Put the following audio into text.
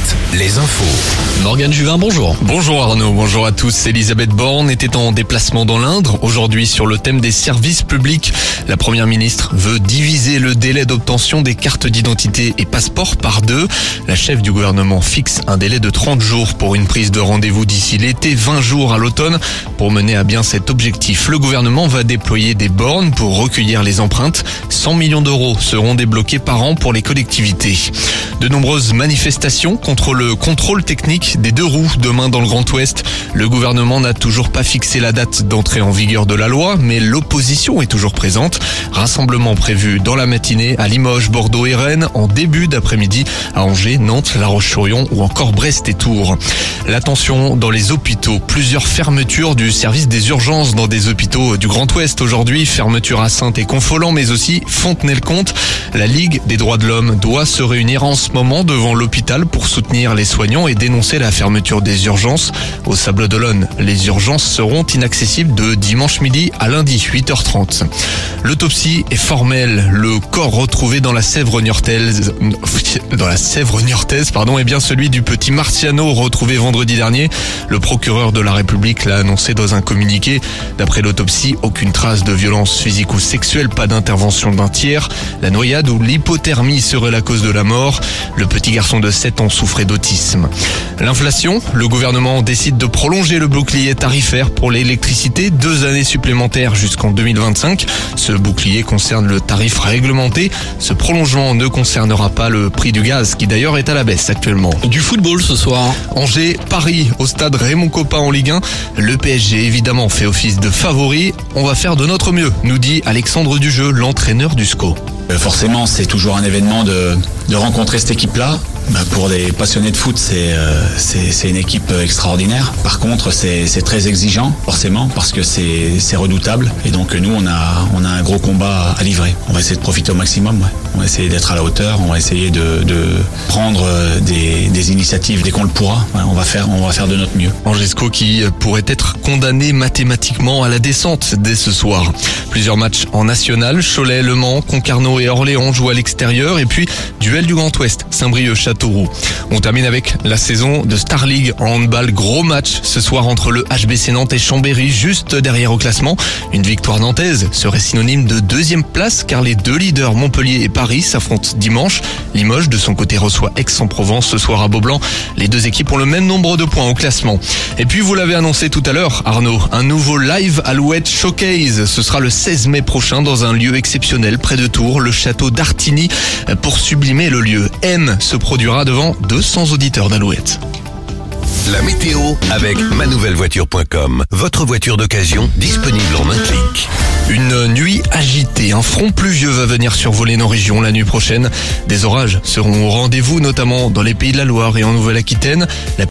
Alouette, les infos. Morgane Juvin, bonjour. Bonjour Arnaud, bonjour à tous. Elisabeth Borne était en déplacement dans l'Indre aujourd'hui sur le thème des services publics. La première ministre veut diviser le délai d'obtention des cartes d'identité et passeports par 2. La chef du gouvernement fixe un délai de 30 jours pour une prise de rendez-vous d'ici l'été, 20 jours à l'automne. Pour mener à bien cet objectif, le gouvernement va déployer des bornes pour recueillir les empreintes. 100 millions d'euros seront débloqués par an pour les collectivités. De nombreuses manifestations contre le contrôle technique des 2 roues demain dans le Grand Ouest. Le gouvernement n'a toujours pas fixé la date d'entrée en vigueur de la loi, mais l'opposition est toujours présente. Rassemblement prévu dans la matinée à Limoges, Bordeaux et Rennes, en début d'après-midi à Angers, Nantes, La Roche-sur-Yon ou encore Brest et Tours. La tension dans les hôpitaux. Plusieurs fermetures du service des urgences dans des hôpitaux du Grand Ouest aujourd'hui. Fermeture à Saintes et Confolens, mais aussi Fontenay-le-Comte. La Ligue des droits de l'homme doit se réunir en ce moment devant l'hôpital pour soutenir les soignants et dénoncer la fermeture des urgences. Au Sables-d'Olonne, les urgences seront inaccessibles de dimanche midi à lundi 8h30. L'autopsie est formelle. Le corps retrouvé dans la Sèvre niortaise, est bien celui du petit Marciano retrouvé vendredi dernier. Le procureur de la République l'a annoncé dans un communiqué. D'après l'autopsie, aucune trace de violence physique ou sexuelle, pas d'intervention d'un tiers. La noyade ou l'hypothermie serait la cause de la mort. Le petit garçon de 7 ans souffrait d'autisme. L'inflation, le gouvernement décide de prolonger le bouclier tarifaire pour l'électricité, 2 années supplémentaires jusqu'en 2025. Ce bouclier concerne le tarif réglementé. Ce prolongement ne concernera pas le prix du gaz, qui d'ailleurs est à la baisse actuellement. Du football ce soir. Angers, Paris, au stade Raymond Kopa en Ligue 1. Le PSG évidemment fait office de favori. On va faire de notre mieux, nous dit Alexandre Dujeu, l'entraîneur du SCO. Forcément, c'est toujours un événement de rencontrer cette équipe-là. Pour des passionnés de foot, c'est une équipe extraordinaire. Par contre, c'est très exigeant, forcément, parce que c'est redoutable. Et donc nous, on a un gros combat à livrer. On va essayer de profiter au maximum. Ouais. On va essayer d'être à la hauteur. On va essayer de prendre des initiatives dès qu'on le pourra. Ouais, on va faire de notre mieux. Angesco qui pourrait être condamné mathématiquement à la descente dès ce soir. Plusieurs matchs en national. Cholet, Le Mans, Concarneau et Orléans jouent à l'extérieur. Et puis, duel du Grand Ouest, Saint-Brieuc-Châteauroux. On termine avec la saison de Star League en handball. Gros match ce soir entre le HBC Nantes et Chambéry, juste derrière au classement. Une victoire nantaise serait synonyme de 2e place car les 2 leaders Montpellier et Paris s'affrontent dimanche. Limoges de son côté reçoit Aix-en-Provence ce soir à Beaublanc. Les 2 équipes ont le même nombre de points au classement. Et puis vous l'avez annoncé tout à l'heure Arnaud, un nouveau live Alouette Showcase. Ce sera le 16 mai prochain dans un lieu exceptionnel près de Tours, le château d'Artigny. Pour sublimer le lieu, M se produira devant 200 auditeurs d'Alouette. La météo avec manouvellevoiture.com. Votre voiture d'occasion disponible en un clic. Une nuit agitée, un front pluvieux va venir survoler nos régions la nuit prochaine. Des orages seront au rendez-vous, notamment dans les Pays de la Loire et en Nouvelle-Aquitaine.